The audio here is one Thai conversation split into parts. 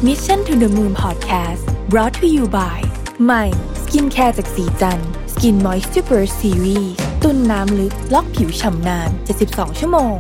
Mission to the Moon Podcast brought to you by ใหม่สกินแคร์จากสีจันทร์ Skin Moisture Burst Series ตุ้นน้ำลึกล็อกผิวฉ่ำนาน72ชั่วโมง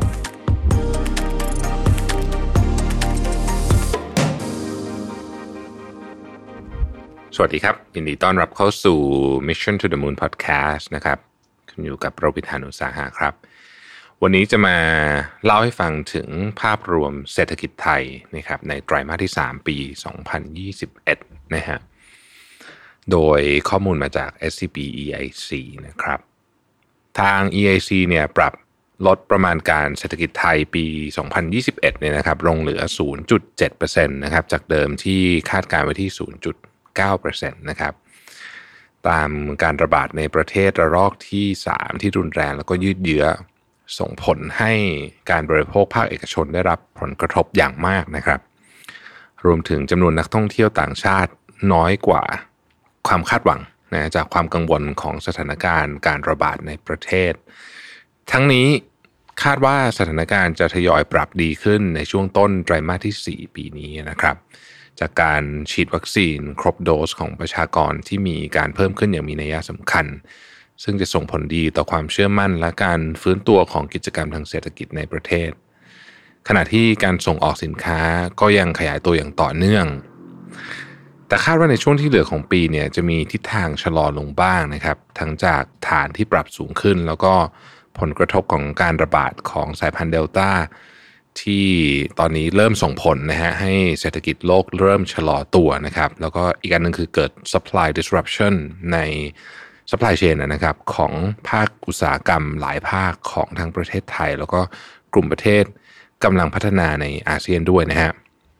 สวัสดีครับยินดีต้อนรับเข้าสู่ Mission to the Moon Podcast นะครับคุณอยู่กับโรบิน หาญอุตสาหะครับวันนี้จะมาเล่าให้ฟังถึงภาพรวมเศรษฐกิจไทยนะครับในไตรมาสที่3ปี2021นะฮะโดยข้อมูลมาจาก SCB EIC นะครับทาง EIC เนี่ยปรับลดประมาณการเศรษฐกิจไทยปี2021เนี่ยนะครับลงเหลือ 0.7% นะครับจากเดิมที่คาดการไว้ที่ 0.9% นะครับตามการระบาดในประเทศระลอกที่3ที่รุนแรงแล้วก็ยืดเยื้อส่งผลให้การบริโภคภาคเอกชนได้รับผลกระทบอย่างมากนะครับรวมถึงจำนวนนักท่องเที่ยวต่างชาติน้อยกว่าความคาดหวังนะจากความกังวลของสถานการณ์การระบาดในประเทศทั้งนี้คาดว่าสถานการณ์จะทยอยปรับดีขึ้นในช่วงต้นไตรมาสที่4ปีนี้นะครับจากการฉีดวัคซีนครบโดสของประชากรที่มีการเพิ่มขึ้นอย่างมีนัยสำคัญซึ่งจะส่งผลดีต่อความเชื่อมั่นและการฟื้นตัวของกิจกรรมทางเศรษฐกิจในประเทศขณะที่การส่งออกสินค้าก็ยังขยายตัวอย่างต่อเนื่องแต่คาดว่าในช่วงที่เหลือของปีเนี่ยจะมีทิศทางชะลอลงบ้างนะครับทั้งจากฐานที่ปรับสูงขึ้นแล้วก็ผลกระทบของการระบาดของสายพันธุ์เดลต้าที่ตอนนี้เริ่มส่งผลนะฮะให้เศรษฐกิจโลกเริ่มชะลอตัวนะครับแล้วก็อีกอันนึงคือเกิด supply disruption ใน supply chain นะครับของภาคอุตสาหกรรมหลายภาคของทั้งประเทศไทยแล้วก็กลุ่มประเทศกำลังพัฒนาในอาเซียนด้วยนะฮะ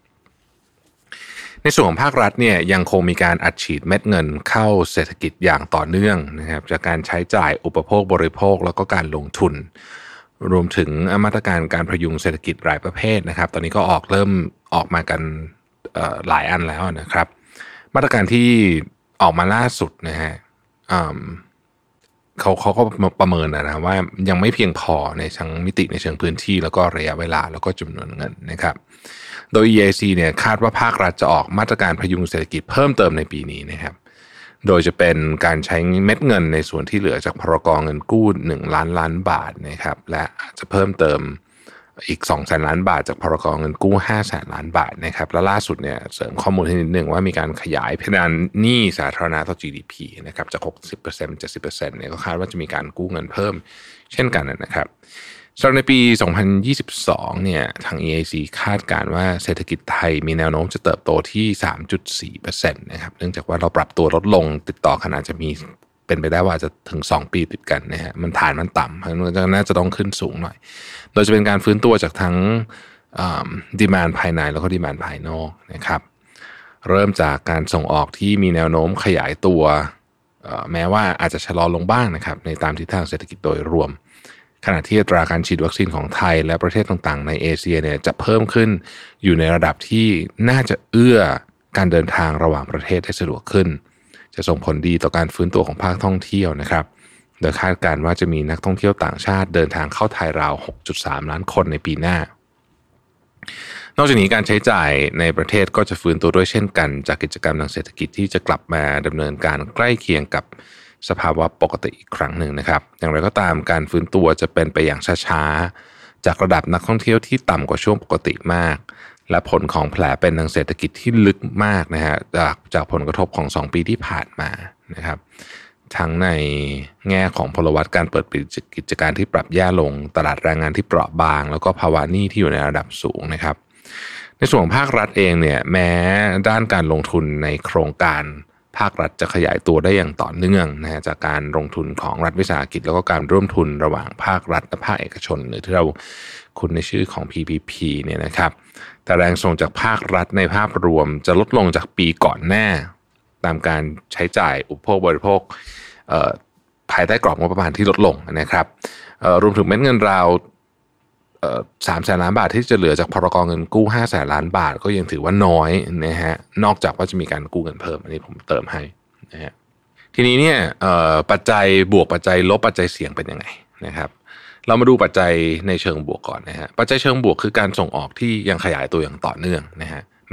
ในส่วนของภาครัฐเนี่ยยังคงมีการอัดฉีดเม็ดเงินเข้าเศรษฐกิจอย่างต่อเนื่องนะครับจากการใช้จ่ายอุปโภคบริโภคแล้วก็การลงทุนรวมถึงมาตรการการพยุงเศรษฐกิจหลายประเภทนะครับตอนนี้ก็เริ่มออกมากันหลายอันแล้วนะครับมาตรการที่ออกมาล่าสุดนะฮะเขาก็ประเมินนะว่ายังไม่เพียงพอในทั้งมิติในเชิงพื้นที่แล้วก็ระยะเวลาแล้วก็จำนวนเงินนะครับโดย EIC เนี่ยคาดว่าภาครัฐจะออกมาตรการพยุงเศรษฐกิจเพิ่มเติมในปีนี้นะครับโดยจะเป็นการใช้เม็ดเงินในส่วนที่เหลือจากพรก.เงินกู้1 ล้านบาทนะครับและจะเพิ่มเติมอีก 200,000 ล้านบาทจากพรก.เงินกู้500,000 ล้านบาทนะครับและล่าสุดเนี่ยเสริมข้อมูลให้นิดนึงว่ามีการขยายเพดานหนี้สาธารณะต่อ GDP นะครับจาก 60% 70% เนี่ยก็คาดว่าจะมีการกู้เงินเพิ่มเช่นกันนะครับสำหรับในปี2022เนี่ยทาง EIC คาดการณ์ว่าเศรษฐกิจไทยมีแนวโน้มจะเติบโตที่ 3.4% นะครับเนื่องจากว่าเราปรับตัวลดลงติดต่อขนาดจะมีเป็นไปได้ว่าจะถึง2ปีติดกันนะฮะมันฐานมันต่ำเพราะฉะนั้นน่าจะต้องขึ้นสูงหน่อยโดยจะเป็นการฟื้นตัวจากทั้งดีมานด์ภายในแล้วก็ดีมานด์ภายนอกนะครับเริ่มจากการส่งออกที่มีแนวโน้มขยายตัวแม้ว่าอาจจะชะลอลงบ้างนะครับในตามทิศทางเศรษฐกิจโดยรวมขณะที่อัตราการฉีดวัคซีนของไทยและประเทศต่างๆในเอเชียเนี่ยจะเพิ่มขึ้นอยู่ในระดับที่น่าจะเอื้อการเดินทางระหว่างประเทศได้สะดวกขึ้นจะส่งผลดีต่อการฟื้นตัวของภาคท่องเที่ยวนะครับโดยคาดการณ์ว่าจะมีนักท่องเที่ยวต่างชาติเดินทางเข้าไทยราว 6.3 ล้านคนในปีหน้านอกจากนี้การใช้จ่ายในประเทศก็จะฟื้นตัวด้วยเช่นกันจากกิจกรรมทางเศรษฐกิจที่จะกลับมาดำเนินการใกล้เคียงกับสภาวะปกติอีกครั้งหนึ่งนะครับอย่างไรก็ตามการฟื้นตัวจะเป็นไปอย่างช้าๆจากระดับนักท่องเที่ยวที่ต่ำกว่าช่วงปกติมากและผลของแผลเป็นทางเศรษฐกิจที่ลึกมากนะฮะจากผลกระทบของ2ปีที่ผ่านมานะครับทั้งในแง่ของพลวัตการเปิดปิดกิจการที่ปรับแย่ลงตลาดแรงงานที่เปราะบางแล้วก็ภาวะหนี้ที่อยู่ในระดับสูงนะครับในส่วนของภาครัฐเองเนี่ยแม้ด้านการลงทุนในโครงการภาครัฐจะขยายตัวได้อย่างต่อเนื่องนะฮะจากการลงทุนของรัฐวิสาหกิจแล้วก็การร่วมทุนระหว่างภาครัฐและภาคเอกชนหรือที่เราคุ้นในชื่อของ PPP เนี่ยนะครับแต่แรงส่งจากภาครัฐในภาพรวมจะลดลงจากปีก่อนหน้าตามการใช้จ่ายอุปโภคบริโภคภายใต้กรอบงบประมาณที่ลดลงนะครับรวมถึงเม็ดเงินราว300,000 ล้านบาทที่จะเหลือจากพรก.เงินกู้500,000 ล้านบาทก็ยังถือว่าน้อยนะฮะนอกจากว่าจะมีการกู้เงินเพิ่มอันนี้ผมเติมให้นะฮะทีนี้เนี่ยปัจจัยบวกปัจจัยลบปัจจัยเสี่ยงเป็นยังไงนะครับเรามาดูปัจจัยในเชิงบวกก่อนนะฮะปัจจัยเชิงบวกคือการส่งออกที่ยังขยายตัวอย่างต่อเนื่องนะฮะ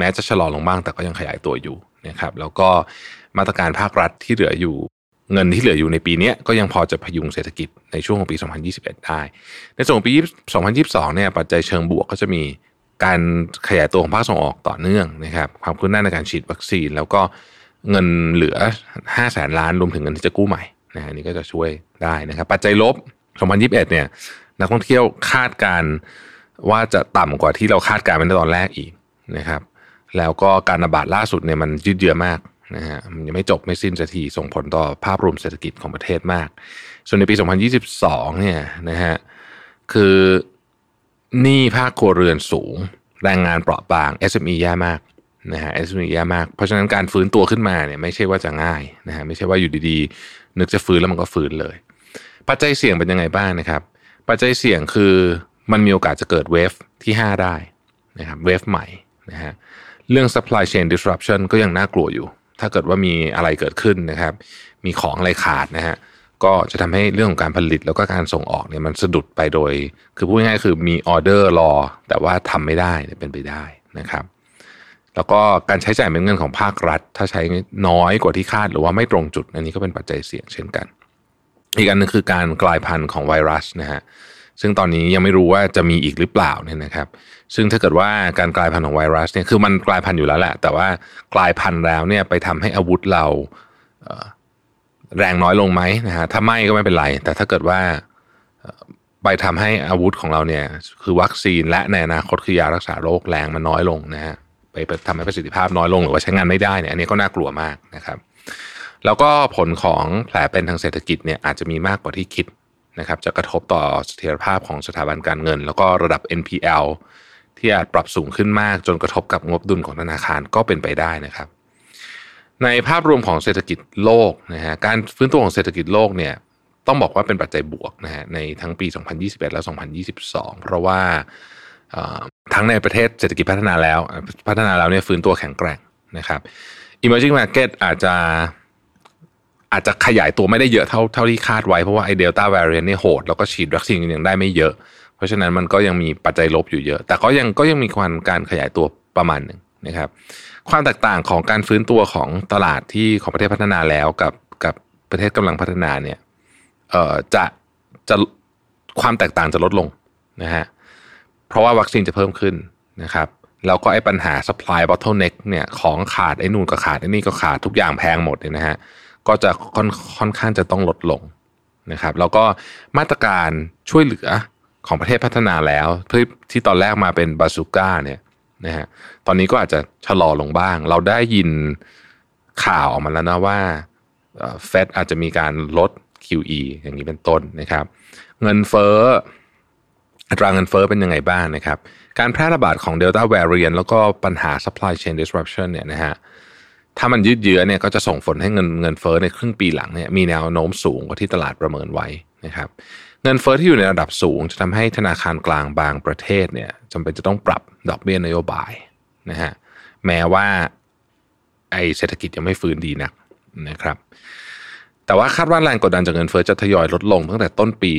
ม้จะชะลอลงบ้างแต่ก็ยังขยายตัวอยู่นะครับแล้วก็มาตรการภาครัฐที่เหลืออยู่เงินที่เหลืออยู่ในปีนี้ก็ยังพอจะพยุงเศรษฐกิจในช่วงของปี2021ได้ในส่วนของปี2022เนี่ยปัจจัยเชิงบวกก็จะมีการขยายตัวของภาคส่งออกต่อเนื่องนะครับความคืบหน้าในการฉีดวัคซีนแล้วก็เงินเหลือ 500,000 ล้านรวมถึงเงินที่จะกู้ใหม่นะอันนี้ก็จะช่วยได้นะครับปัจจัยลบ2021เนี่ยนักท่องเที่ยวคาดการว่าจะต่ำกว่าที่เราคาดการณ์ในตอนแรกอีกนะครับแล้วก็การระบาดล่าสุดเนี่ยมันยืดเยื้อมากนะฮะมันยังไม่จบไม่สิ้นสักทีส่งผลต่อภาพรวมเศรษฐกิจของประเทศมากส่วนในปี2022เนี่ยนะฮะคือหนี้ภาคครัวเรือนสูงแรงงานเปราะบาง SME แย่มากนะฮะ SME แย่มากเพราะฉะนั้นการฟื้นตัวขึ้นมาเนี่ยไม่ใช่ว่าจะง่ายนะฮะไม่ใช่ว่าอยู่ดีๆนึกจะฟื้นแล้วมันก็ฟื้นเลยปัจจัยเสี่ยงเป็นยังไงบ้างนะครับปัจจัยเสี่ยงคือมันมีโอกาสจะเกิดเวฟที่5ได้นะครับเวฟใหม่นะฮะเรื่อง supply chain disruption ก็ยังน่ากลัวอยู่ถ้าเกิดว่ามีอะไรเกิดขึ้นนะครับมีของอะไรขาดนะฮะก็จะทำให้เรื่องของการผลิตแล้วก็การส่งออกเนี่ยมันสะดุดไปโดยคือพูดง่ายๆคือมีออเดอร์รอแต่ว่าทำไม่ได้เนี่ยเป็นไปได้นะครับแล้วก็การใช้จ่ายเป็นเงินของภาครัฐถ้าใช้น้อยกว่าที่คาดหรือว่าไม่ตรงจุดอันนี้ก็เป็นปัจจัยเสี่ยงเช่นกันอีกอันนึงคือการกลายพันธุ์ของไวรัสนะฮะซึ่งตอนนี้ยังไม่รู้ว่าจะมีอีกหรือเปล่าเนี่ยนะครับซึ่งถ้าเกิดว่าการกลายพันธุ์ของไวรัสเนี่ยคือมันกลายพันธุ์อยู่แล้วแหละแต่ว่ากลายพันธุ์แล้วเนี่ยไปทำให้อาวุธเราแรงน้อยลงไหมนะฮะถ้าไม่ก็ไม่เป็นไรแต่ถ้าเกิดว่าไปทำให้อาวุธของเราเนี่ยคือวัคซีนและในอนาคตคือยารักษาโรคแรงมันน้อยลงนะฮะไปทำให้ประสิทธิภาพน้อยลงหรือว่าใช้งานไม่ได้เนี่ยอันนี้ก็น่ากลัวมากนะครับแล้วก็ผลของแผลเป็นทางเศรษฐกิจเนี่ยอาจจะมีมากกว่าที่คิดนะครับจะกระทบต่อเสถียรภาพของสถาบันการเงินแล้วก็ระดับ NPL ที่อาจปรับสูงขึ้นมากจนกระทบกับงบดุลของธนาคารก็เป็นไปได้นะครับในภาพรวมของเศรษฐกิจโลกนะฮะการฟื้นตัวของเศรษฐกิจโลกเนี่ยต้องบอกว่าเป็นปัจจัยบวกนะฮะในทั้งปี2021และ2022เพราะว่าทั้งในประเทศเศรษฐกิจพัฒนาแล้วเนี่ยฟื้นตัวแข็งแกร่งนะครับ Emerging Market อาจจะขยายตัวไม่ได้เยอะเท่าที่คาดไว้เพราะว่าไอ้ Delta Variant เนี่ยโหดแล้วก็ฉีดวัคซีนยังได้ไม่เยอะเพราะฉะนั้นมันก็ยังมีปัจจัยลบอยู่เยอะแต่ก็ยังมีการขยายตัวประมาณนึงนะครับความแตกต่างของการฟื้นตัวของตลาดที่ของประเทศพัฒนาแล้วกับประเทศกำลังพัฒนาเนี่ยจะความแตกต่างจะลดลงนะฮะเพราะว่าวัคซีนจะเพิ่มขึ้นนะครับแล้วก็ไอ้ปัญหา supply bottleneck เนี่ยของขาดไอ้นู่นก็ขาดไอ้นี่ก็ขาดทุกอย่างแพงหมดเลยนะฮะก็จะค่อนข้างจะต้องลดลงนะครับแล้วก็มาตรการช่วยเหลือของประเทศพัฒนาแล้วที่ตอนแรกมาเป็นบาซูก้าเนี่ยนะฮะตอนนี้ก็อาจจะชะลอลงบ้างเราได้ยินข่าวออกมาแล้วนะว่าเฟดอาจจะมีการลด QE อย่างนี้เป็นต้นนะครับเงินเฟ้ออัตราเงินเฟ้อเป็นยังไงบ้างนะครับการแพร่ระบาดของ Delta Variant แล้วก็ปัญหา Supply Chain Disruption เนี่ยนะฮะถ้ามันยืดเยื้อเนี่ยก็จะส่งผลให้เงินเฟ้อในครึ่งปีหลังเนี่ยมีแนวโน้มสูงกว่าที่ตลาดประเมินไว้นะครับเงินเฟ้อที่อยู่ในระดับสูงจะทำให้ธนาคารกลางบางประเทศเนี่ยจำเป็นจะต้องปรับดอกเบี้ยนโยบายนะฮะแม้ว่าไอ้เศรษฐกิจยังไม่ฟื้นดีนักนะครับแต่ว่าคาดว่าแรงกดดันจากเงินเฟ้อจะทยอยลดลงตั้งแต่ต้นปี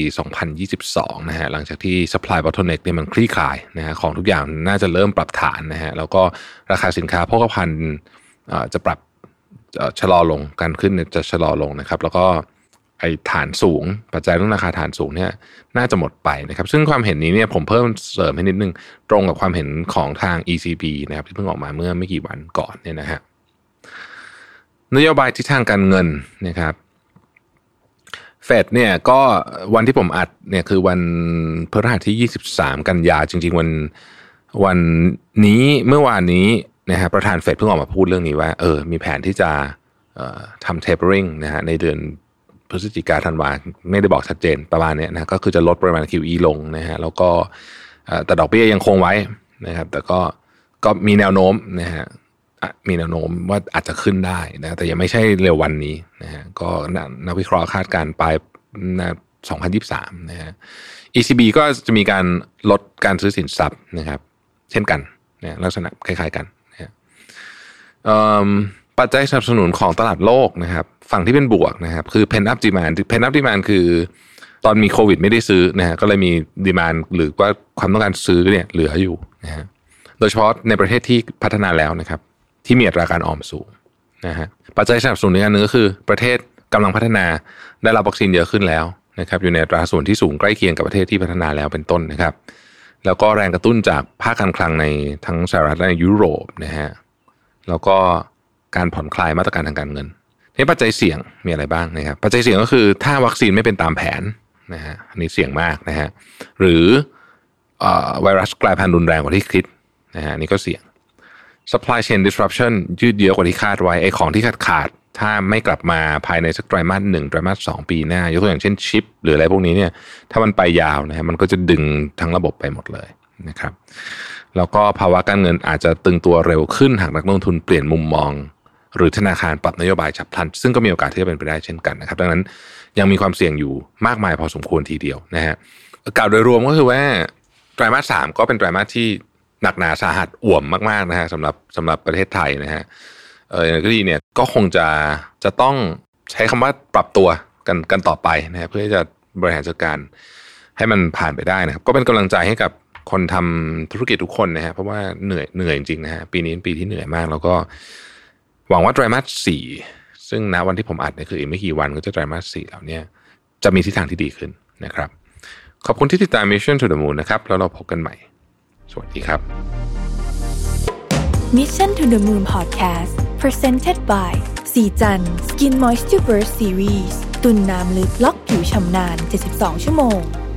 2022นะฮะหลังจากที่ supply bottleneck เนี่ยมันคลี่คลายนะฮะของทุกอย่างน่าจะเริ่มปรับฐานนะฮะแล้วก็ราคาสินค้าโภคภัณฑ์จะปรับชะลอลงการขึ้นจะชะลอลงนะครับแล้วก็ไอ้ฐานสูงปัจจัยเรื่องราคาฐานสูงเนี่ยน่าจะหมดไปนะครับซึ่งความเห็นนี้เนี่ยผมเพิ่มเสริมให้นิดนึงตรงกับความเห็นของทาง ECB นะครับที่เพิ่งออกมาเมื่อไม่กี่วันก่อนเนี่ยนะฮะนโยบายทิศทางการเงินนะครับเฟดเนี่ยก็วันที่ผมอัดเนี่ยคือวันพฤหัสที่23กันยาจริงๆวันนี้เมื่อวานนี้นะฮะประธานเฟดเพิ่งออกมาพูดเรื่องนี้ว่ามีแผนที่จะทำ tapering นะฮะในเดือนพฤศจิกาธันวาไม่ได้บอกชัดเจนประมาณนี้นะก็คือจะลดปริมาณ QE ลงนะฮะแล้วก็แต่ดอกเบี้ยยังคงไว้นะครับแต่ก็มีแนวโน้มนะฮะมีแนวโน้มว่าอาจจะขึ้นได้นะแต่ยังไม่ใช่เร็ววันนี้นะฮะก็นักวิเคราะห์คาดการณ์ปลาย2023นะฮะ ECB ก็จะมีการลดการซื้อสินทรัพย์นะครับเช่นกันนะลักษณะคล้ายๆกันนะฮะปัจจัยสนับสนุนของตลาดโลกนะครับฝั่งที่เป็นบวกนะครับคือ pent up demand คือตอนมีโควิดไม่ได้ซื้อนะฮะก็เลยมี demand หรือว่าความต้องการซื้อเนี่ยเหลืออยู่นะฮะโดยเฉพาะในประเทศที่พัฒนาแล้วนะครับที่มีอัตราการออมสูงนะฮะปัจจัยสนับสนุนอีกอันนึงก็คือประเทศกำลังพัฒนาได้รับวัคซีนเยอะขึ้นแล้วนะครับอยู่ในอัตราส่วนที่สูงใกล้เคียงกับประเทศที่พัฒนาแล้วเป็นต้นนะครับแล้วก็แรงกระตุ้นจากภาคการคลังในทั้งสหรัฐและยุโรปนะฮะแล้วก็การผ่อนคลายมาตรการทางการเงินนี่ปัจจัยเสี่ยงมีอะไรบ้างนะครับปัจจัยเสี่ยงก็คือถ้าวัคซีนไม่เป็นตามแผนนะฮะอันนี้เสี่ยงมากนะฮะหรือไวรัสกลายพันธุ์รุนแรงกว่าที่คิดนะฮะนี่ก็เสี่ยง supply chain disruption ยืดเยื้อกว่าที่คาดไว้ไอ้ของที่ขาดถ้าไม่กลับมาภายในสักไตรมาส1ไตรมาส2ปีหน้ายกตัวอย่างเช่นชิปหรืออะไรพวกนี้เนี่ยถ้ามันไปยาวนะฮะมันก็จะดึงทั้งระบบไปหมดเลยนะครับแล้วก็ภาวะการเงินอาจจะตึงตัวเร็วขึ้นหากนักลงทุนเปลี่ยนมุมมองหรือธนาคารปรับนโยบายฉับพลันซึ่งก็มีโอกาสที่จะเป็นไปได้เช่นกันนะครับดังนั้นยังมีความเสี่ยงอยู่มากมายพอสมควรทีเดียวนะฮะกล่าวโดยรวมก็คือว่าไตรมาส3ก็เป็นไตรมาสที่หนักหนาสาหัสอ่วมมากๆนะฮะสำหรับประเทศไทยนะฮะก็ดีเนี่ยก็คงจะต้องใช้คำว่าปรับตัวกันต่อไปนะฮะเพื่อจะบริหารจัดการให้มันผ่านไปได้นะครับก็เป็นกำลังใจให้กับคนทำธุรกิจทุกคนนะฮะเพราะว่าเหนื่อยจริงๆนะฮะปีนี้เป็นปีที่เหนื่อยมากแล้วก็หวังว่าไตรมาส4ซึ่งณวันที่ผมอัดเนี่ยคืออีกไม่กี่วันก็จะไตรมาส4แล้วเนี่ยจะมีทิศทางที่ดีขึ้นนะครับขอบคุณที่ติดตาม Mission to the Moon นะครับแล้วเราพบกันใหม่สวัสดีครับ Mission to the Moon Podcast Presented by สีจัน Skin Moisture Burst Series ตุ่นน้ำลึกล็อกผิวชำนาน72 ชั่วโมง